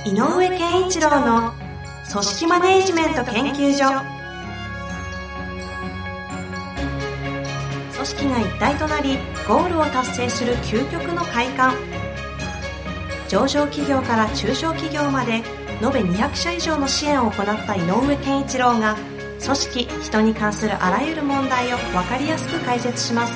井上健一郎の組織マネジメント研究所。組織が一体となりゴールを達成する究極の快感。上場企業から中小企業まで延べ200社以上の支援を行った井上健一郎が、組織・人に関するあらゆる問題を分かりやすく解説します。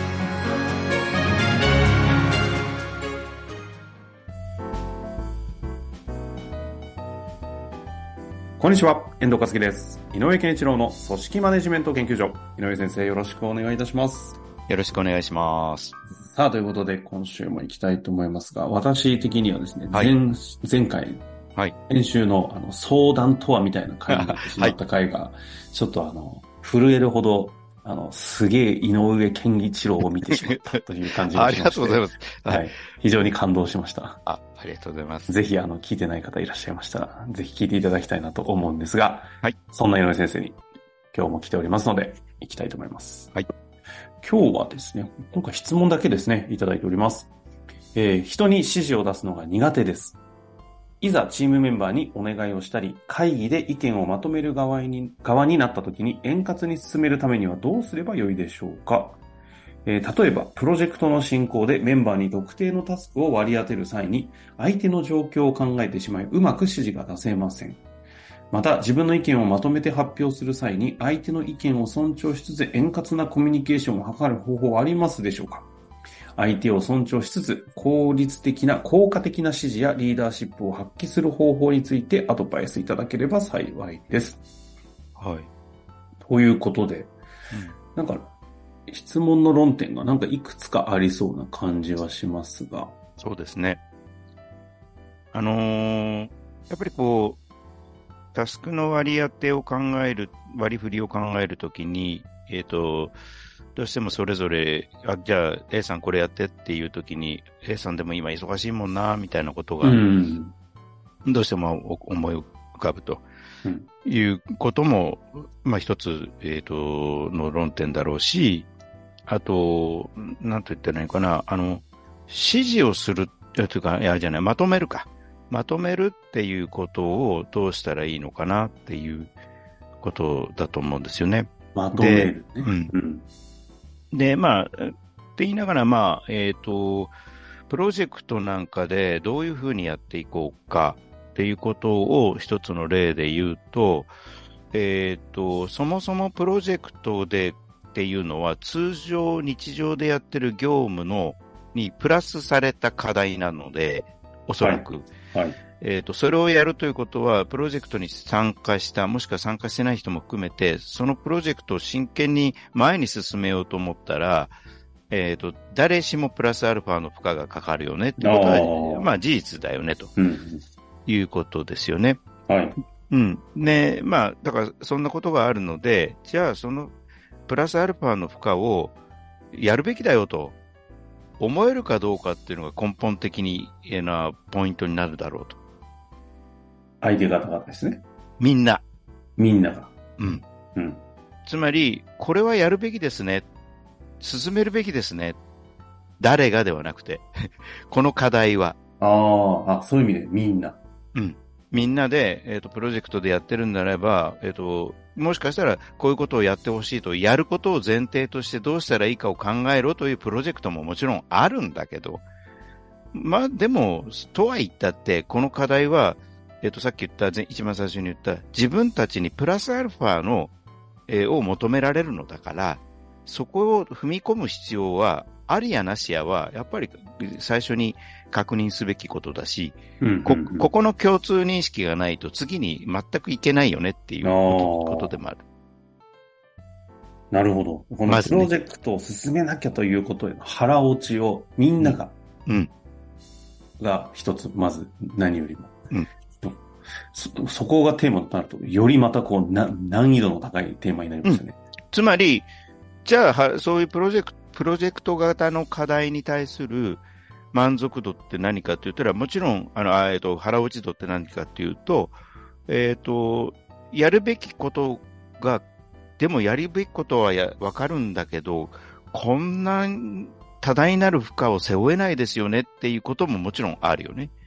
こんにちは、遠藤和樹です。井上健一郎の組織マネジメント研究所。井上先生、よろしくお願いいたします。 よろしくお願いします。 さあ、ということで今週も行きたいと思いますが、私的にはですね、 はい、 前回、 はい、 先週の相談とはみたいな回になってしまった回が、ちょっと震えるほど、すげえ井上健一郎を見てしまったという感じがしまして。 ありがとうございます。 はい。非常に感動しました。 ありがとうございます。 ぜひ聞いてない方いらっしゃいましたら、ぜひ聞いていただきたいなと思うんですが、 はい。 そんな井上先生に今日も来ておりますので、行きたいと思います。 はい。 今日はですね、今回質問だけですね、いただいております。人に指示を出すのが苦手です。いざチームメンバーにお願いをしたり、会議で意見をまとめる側になった時に円滑に進めるためにはどうすればよいでしょうか。例えば、プロジェクトの進行でメンバーに特定のタスクを割り当てる際に、相手の状況を考えてしまい、うまく指示が出せません。また、自分の意見をまとめて発表する際に、相手の意見を尊重しつつ円滑なコミュニケーションを図る方法はありますでしょうか。相手を尊重しつつ、効果的な指示やリーダーシップを発揮する方法についてアドバイスいただければ幸いです。 はい。 ということで、なんか、質問の論点がなんかいくつかありそうな感じはしますが。 そうですね。やっぱりタスクの割り振りを考えるときに、どうしてもそれぞれ、じゃあ A さんこれやってっていうときに、A さんでも今忙しいもんな、みたいなことが、どうしても思い浮かぶということも、まあ一つ、の論点だろうし、あと、なんと言ったらいいのかな、指示をする、というか、まとめるか。まとめるっていうことをどうしたらいいのかなっていうことだと思うんですよね。 まとめるね。 で、まあ、って言いながら、まあ、プロジェクトなんかでどういうふうにやっていこうかっていうことを一つの例で言うと、そもそもプロジェクトでっていうのは通常日常でやってる業務にプラスされた課題なので、おそらく。 はい。 それをやるということは、プロジェクトに参加した、もしくは参加してない人も含めて、そのプロジェクトを真剣に前に進めようと思ったら、誰しもプラスアルファの負荷がかかるよねってことは、まあ事実だよね、ということですよね。 はい。 ね、まあ、だからそんなことがあるので、じゃあそのプラスアルファの負荷をやるべきだよと思えるかどうかっていうのが根本的なポイントになるだろうと。 相手方々ですね。 みんなが。 つまり、これはやるべきですね。進めるべきですね。誰がではなくて、この課題は。 そういう意味でみんな。 みんなで、プロジェクトでやってるんであれば、もしかしたらこういうことをやってほしいと、やることを前提としてどうしたらいいかを考えろというプロジェクトももちろんあるんだけど、まあでも、とは言ったって、この課題は、さっき言った、一番最初に言った、自分たちにプラスアルファを求められるのだから、そこを踏み込む必要は、ありやなしやは、やっぱり最初に確認すべきことだし、ここの共通認識がないと次に全くいけないよねっていうことでもある。 なるほど。このプロジェクトを進めなきゃということへの腹落ちをみんなが、が一つ、まず何よりも。そこがテーマとなると、よりまた難易度の高いテーマになりますよね。 つまり、じゃあ、そういうプロジェクト型の課題に対する満足度って何かって言ったら、もちろん、腹落ち度って何かっていうと、やるべきことが、でもやるべきことはわかるんだけど、こんな多大なる負荷を背負えないですよねっていうことももちろんあるよね。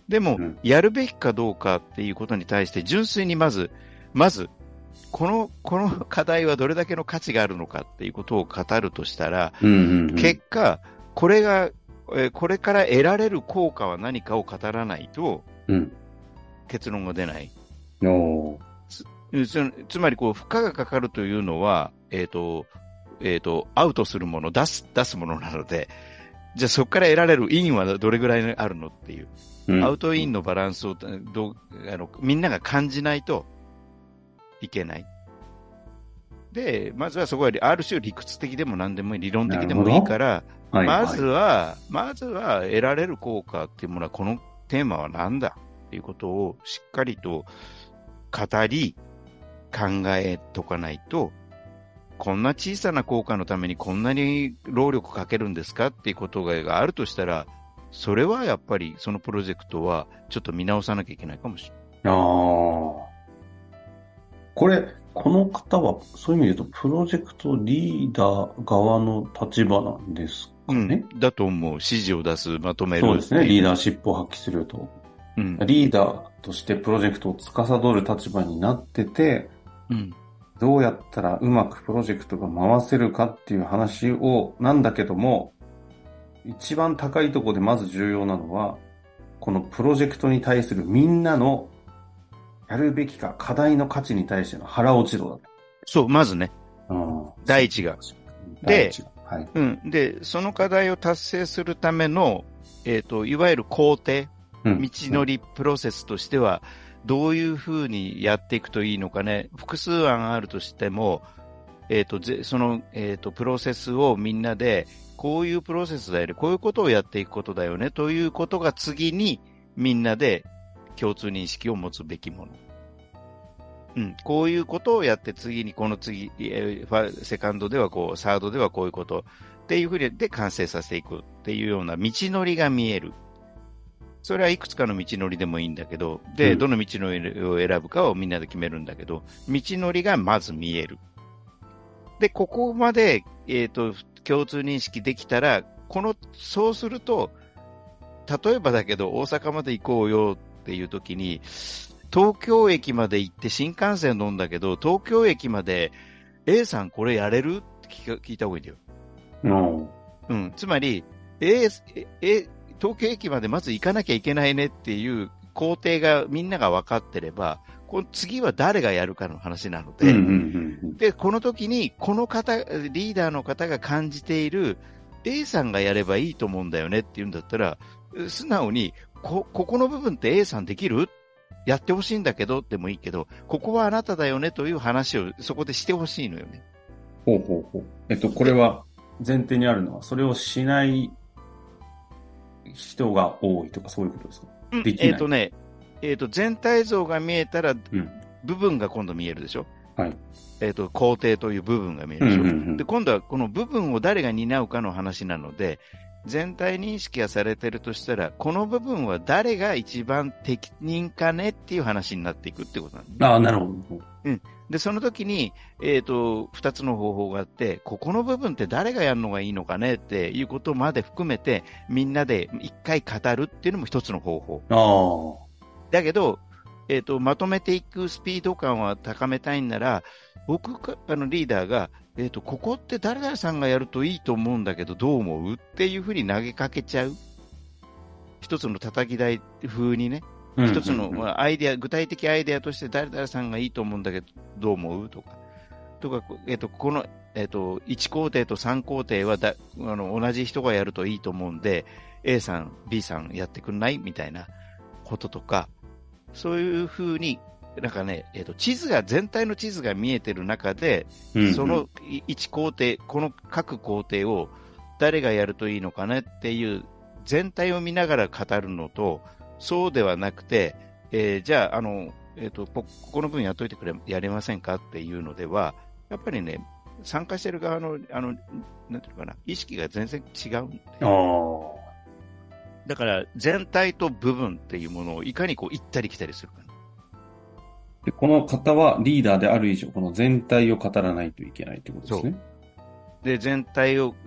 でも、 うん、 やるべきかどうかっていうことに対して、純粋にまず、この課題はどれだけの価値があるのかっていうことを語るとしたら、 うんうんうん、 結果、これから得られる効果は何かを語らないと、 うん、 結論が出ない。 おつまり、負荷がかかるというのは、アウトするもの、出すものなので、じゃあそこから得られるインはどれぐらいあるのっていう、 うん、 アウトインのバランスをみんなが感じないといけない。で、まずはそこはある種理屈的でも何でもいい、理論的でもいいから、 はい、 まずは得られる効果っていうものは、このテーマは何だっていうことをしっかりと語り、考えとかないと、こんな小さな効果のためにこんなに労力かけるんですかっていうことがあるとしたら、それはやっぱりそのプロジェクトはちょっと見直さなきゃいけないかもしれない。 この方はそういう意味で言うと、プロジェクトリーダー側の立場なんですかね。 だと思う。指示を出す、まとめる。 そうですね。リーダーシップを発揮すると。リーダーとしてプロジェクトを司る立場になってて、どうやったらうまくプロジェクトが回せるかっていう話をなんだけども、一番高いところでまず重要なのは、このプロジェクトに対するみんなのやるべきか課題の価値に対しての腹落ち度だと。 そう、まずね。第一が。で、 はい。 で、その課題を達成するための、いわゆる工程、道のりプロセスとしては、どういうふうにやっていくといいのかね。複数案あるとしても、その、プロセスをみんなで、こういうプロセスだよね、こういうことをやっていくことだよね、ということが次にみんなで共通認識を持つべきもの。こういうことをやって次にこの次、セカンドではこう、サードではこういうことっていうふうにで完成させていくっていうような道のりが見える。それはいくつかの道のりでもいいんだけど、で、どの道のりを選ぶかをみんなで決めるんだけど、道のりがまず見える。で、ここまで、共通認識できたら、そうすると、例えばだけど、大阪まで行こうよっていう時に、東京駅まで行って新幹線乗んだけど、東京駅まで A さんこれやれるって聞いた方がいいんだよ。つまり、東京駅までまず行かなきゃいけないねっていう工程がみんなが分かってれば、次は誰がやるかの話なので、で、この時にこの方、リーダーの方が感じている A さんがやればいいと思うんだよねって言うんだったら、素直にここの部分って A さんできる？やってほしいんだけどでもいいけど、ここはあなただよねという話をそこでしてほしいのよね。 これは前提にあるのは、それをしない人が多いとかそういうことですか？できない。 全体像が見えたら、部分が今度見えるでしょ。 はい。 工程という部分が見えるでしょ。で、今度はこの部分を誰が担うかの話なので、全体認識がされてるとしたら、この部分は誰が一番適任かねっていう話になっていくってことなんです、ね。 なるほど。 で、その時に、二つの方法があって、ここの部分って誰がやるのがいいのかねっていうことまで含めて、みんなで一回語るっていうのも一つの方法。だけど、まとめていくスピード感は高めたいんなら、僕リーダーが、ここって誰々さんがやるといいと思うんだけど、どう思うっていうふうに投げかけちゃう。一つの叩き台風にね、一つのアイデア、具体的アイデアとして誰々さんがいいと思うんだけど、どう思うとか、この、1工程と3工程は同じ人がやるといいと思うんで、A さん、B さんやってくんないみたいなこととか、そういうふうに、なんかね、全体の地図が見えてる中で、その1工程、この各工程を誰がやるといいのかねっていう全体を見ながら語るのと、そうではなくて、じゃあ、ここの分やっといてくれ、やれませんかっていうのでは、やっぱりね、参加してる側の、なんていうのかな、意識が全然違うんで。だから、全体と部分っていうものをいかに行ったり来たりするか。 で、この方はリーダーである以上、この全体を語らないといけないってことですね。 で、全体を、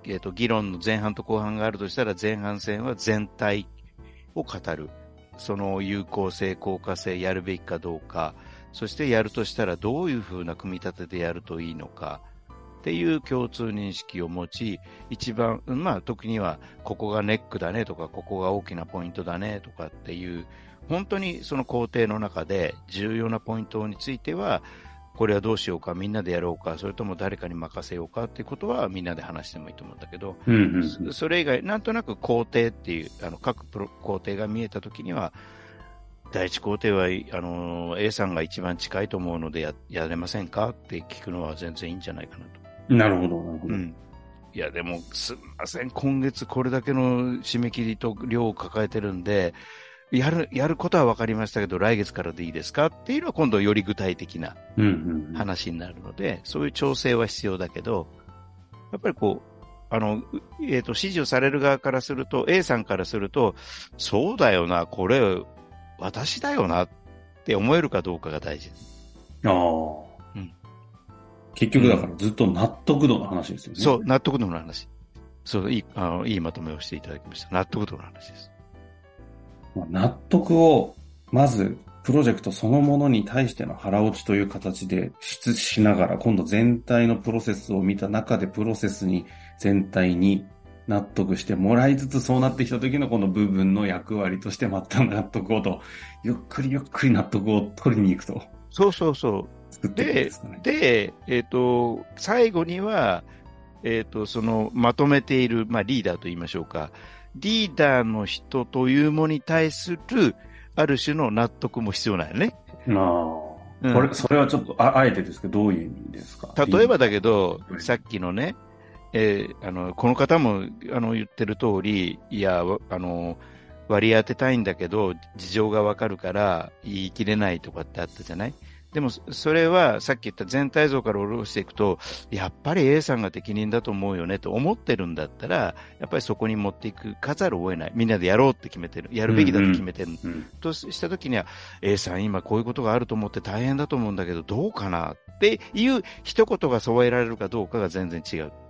議論の前半と後半があるとしたら、前半戦は全体を語る。その有効性、効果性、やるべきかどうか、そしてやるとしたらどういうふうな組み立てでやるといいのか、っていう共通認識を持ち、一番、時には、ここがネックだねとか、ここが大きなポイントだねとかっていう、本当にその工程の中で重要なポイントについては、これはどうしようか、みんなでやろうか、それとも誰かに任せようかっていうことはみんなで話してもいいと思うんだけど、それ以外、なんとなく工程っていう、各工程が見えたときには、第一工程は、A さんが一番近いと思うのでやれませんかって聞くのは全然いいんじゃないかなと。 なるほど、なるほど。 いや、でも、すみません、今月これだけの締め切りと量を抱えてるんで、やることは分かりましたけど、来月からでいいですかっていうのは今度より具体的な話になるので、そういう調整は必要だけど、やっぱり指示をされる側からすると、A さんからすると、そうだよな、これ、私だよなって思えるかどうかが大事です。 結局だからずっと納得度の話ですよね。 そう、納得度の話。そう、いいまとめをしていただきました。納得度の話です。 納得を、まず、プロジェクトそのものに対しての腹落ちという形でしながら、今度全体のプロセスを見た中でプロセスに全体に納得してもらいつつ、そうなってきた時のこの部分の役割としてまた納得をと、ゆっくりゆっくり納得を取りに行くと。 そうそうそう。で、最後には、そのまとめている、リーダーと言いましょうか。リーダーの人というものに対する、ある種の納得も必要なんよね。 それはちょっと、あえてですけど、どういう意味ですか？ 例えばだけど、さっきのね、この方も、言ってる通り、いや、割り当てたいんだけど、事情がわかるから言い切れないとかってあったじゃない？でも、それはさっき言った全体像から下ろしていくと、やっぱり A さんが適任だと思うよねと思ってるんだったら、やっぱりそこに持っていかざるを得ない。みんなでやろうって決めてる。やるべきだと決めてる。としたときには、A さん今こういうことがあると思って大変だと思うんだけど、どうかなっていう一言が添えられるかどうかが全然違う。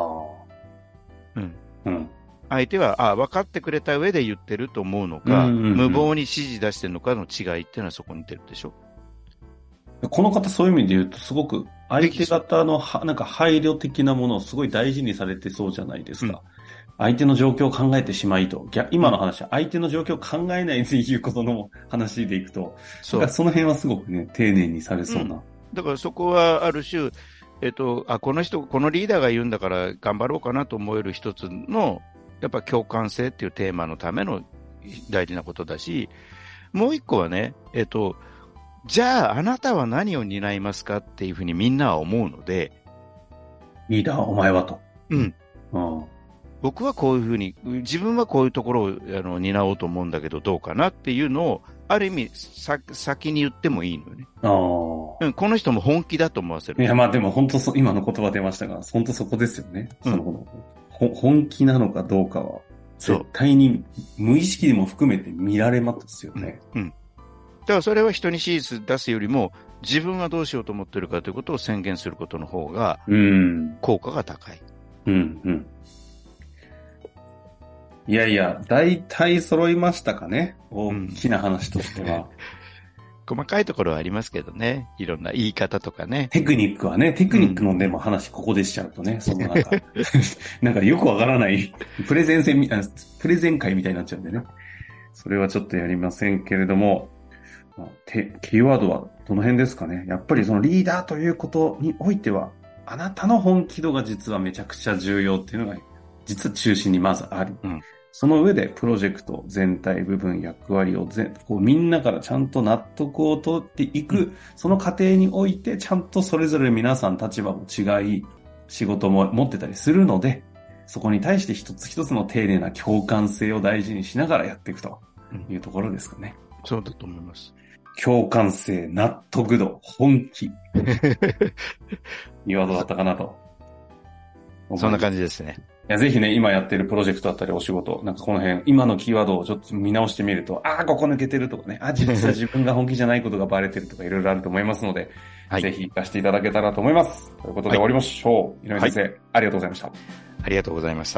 相手は、分かってくれた上で言ってると思うのか、無謀に指示出してるのかの違いっていうのはそこに出るでしょ。 この方そういう意味で言うとすごく相手方のなんか配慮的なものをすごい大事にされてそうじゃないですか。相手の状況を考えてしまいと。今の話は相手の状況を考えないということの話でいくと、その辺はすごくね、丁寧にされそうな。 だからそこはある種、この人、このリーダーが言うんだから頑張ろうかなと思える一つの、やっぱ共感性っていうテーマのための大事なことだし、もう一個はね、じゃああなたは何を担いますかっていうふうにみんなは思うので、 リーダーお前はと。 僕はこういうふうに、自分はこういうところを担おうと思うんだけどどうかなっていうのを、ある意味先に言ってもいいのよね。この人も本気だと思わせる。 いや、でも本当今の言葉出ましたが、本当そこですよね。本気なのかどうかは、絶対に無意識でも含めて見られますよね。 だからそれは人に指示出すよりも、自分はどうしようと思ってるかということを宣言することの方が、効果が高い。 いやいや、大体揃いましたかね。大きな話としては。 細かいところはありますけどね。いろんな言い方とかね。 テクニックはね、テクニックのでも話ここでしちゃうとね、なんかよくわからないプレゼン会みたいになっちゃうんでね。それはちょっとやりませんけれども、キーワードはどの辺ですかね。やっぱりそのリーダーということにおいては、あなたの本気度が実はめちゃくちゃ重要っていうのが、実は中心にまずあり。その上でプロジェクト全体部分役割をみんなからちゃんと納得を取っていく、その過程においてちゃんとそれぞれ皆さん立場も違い、仕事も持ってたりするので、そこに対して一つ一つの丁寧な共感性を大事にしながらやっていくというところですかね。 そうだと思います。 共感性、納得度、本気。いいワードだったかなと。 そんな感じですね。 いや、ぜひね、今やってるプロジェクトだったりお仕事、なんかこの辺、今のキーワードをちょっと見直してみると、ここ抜けてるとかね、実は自分が本気じゃないことがバレてるとかいろいろあると思いますので、ぜひ活かしていただけたらと思います。ということで終わりましょう。井上先生、ありがとうございました。 ありがとうございました。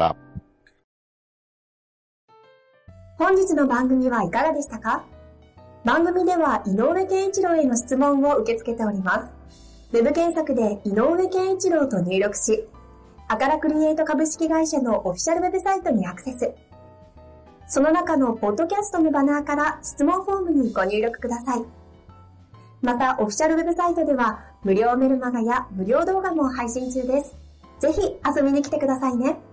本日の番組はいかがでしたか？番組では井上健一郎への質問を受け付けております。ウェブ検索で井上健一郎と入力し、アカラクリエイト株式会社のオフィシャルウェブサイトにアクセス。その中のポッドキャストのバナーから質問フォームにご入力ください。また、オフィシャルウェブサイトでは無料メルマガや無料動画も配信中です。ぜひ遊びに来てくださいね。